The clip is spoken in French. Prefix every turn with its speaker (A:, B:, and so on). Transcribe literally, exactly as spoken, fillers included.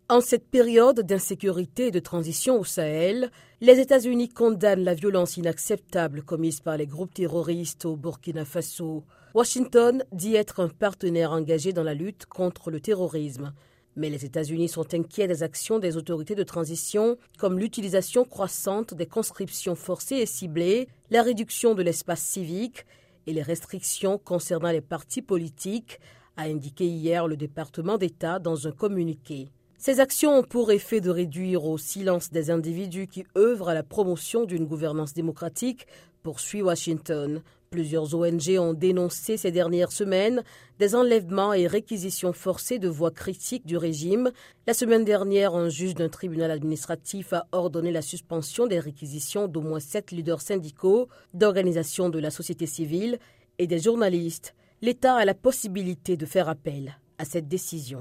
A: En cette période d'insécurité et de transition au Sahel, les États-Unis condamnent la violence inacceptable commise par les groupes terroristes au Burkina Faso. Washington dit être un partenaire engagé dans la lutte contre le terrorisme. Mais les États-Unis sont inquiets des actions des autorités de transition, comme l'utilisation croissante des conscriptions forcées et ciblées, la réduction de l'espace civique et les restrictions concernant les partis politiques, a indiqué hier le département d'État dans un communiqué. Ces actions ont pour effet de réduire au silence des individus qui œuvrent à la promotion d'une gouvernance démocratique, poursuit Washington. Plusieurs O N G ont dénoncé ces dernières semaines des enlèvements et réquisitions forcées de voix critiques du régime. La semaine dernière, un juge d'un tribunal administratif a ordonné la suspension des réquisitions d'au moins sept leaders syndicaux, d'organisations de la société civile et des journalistes. L'État a la possibilité de faire appel à cette décision.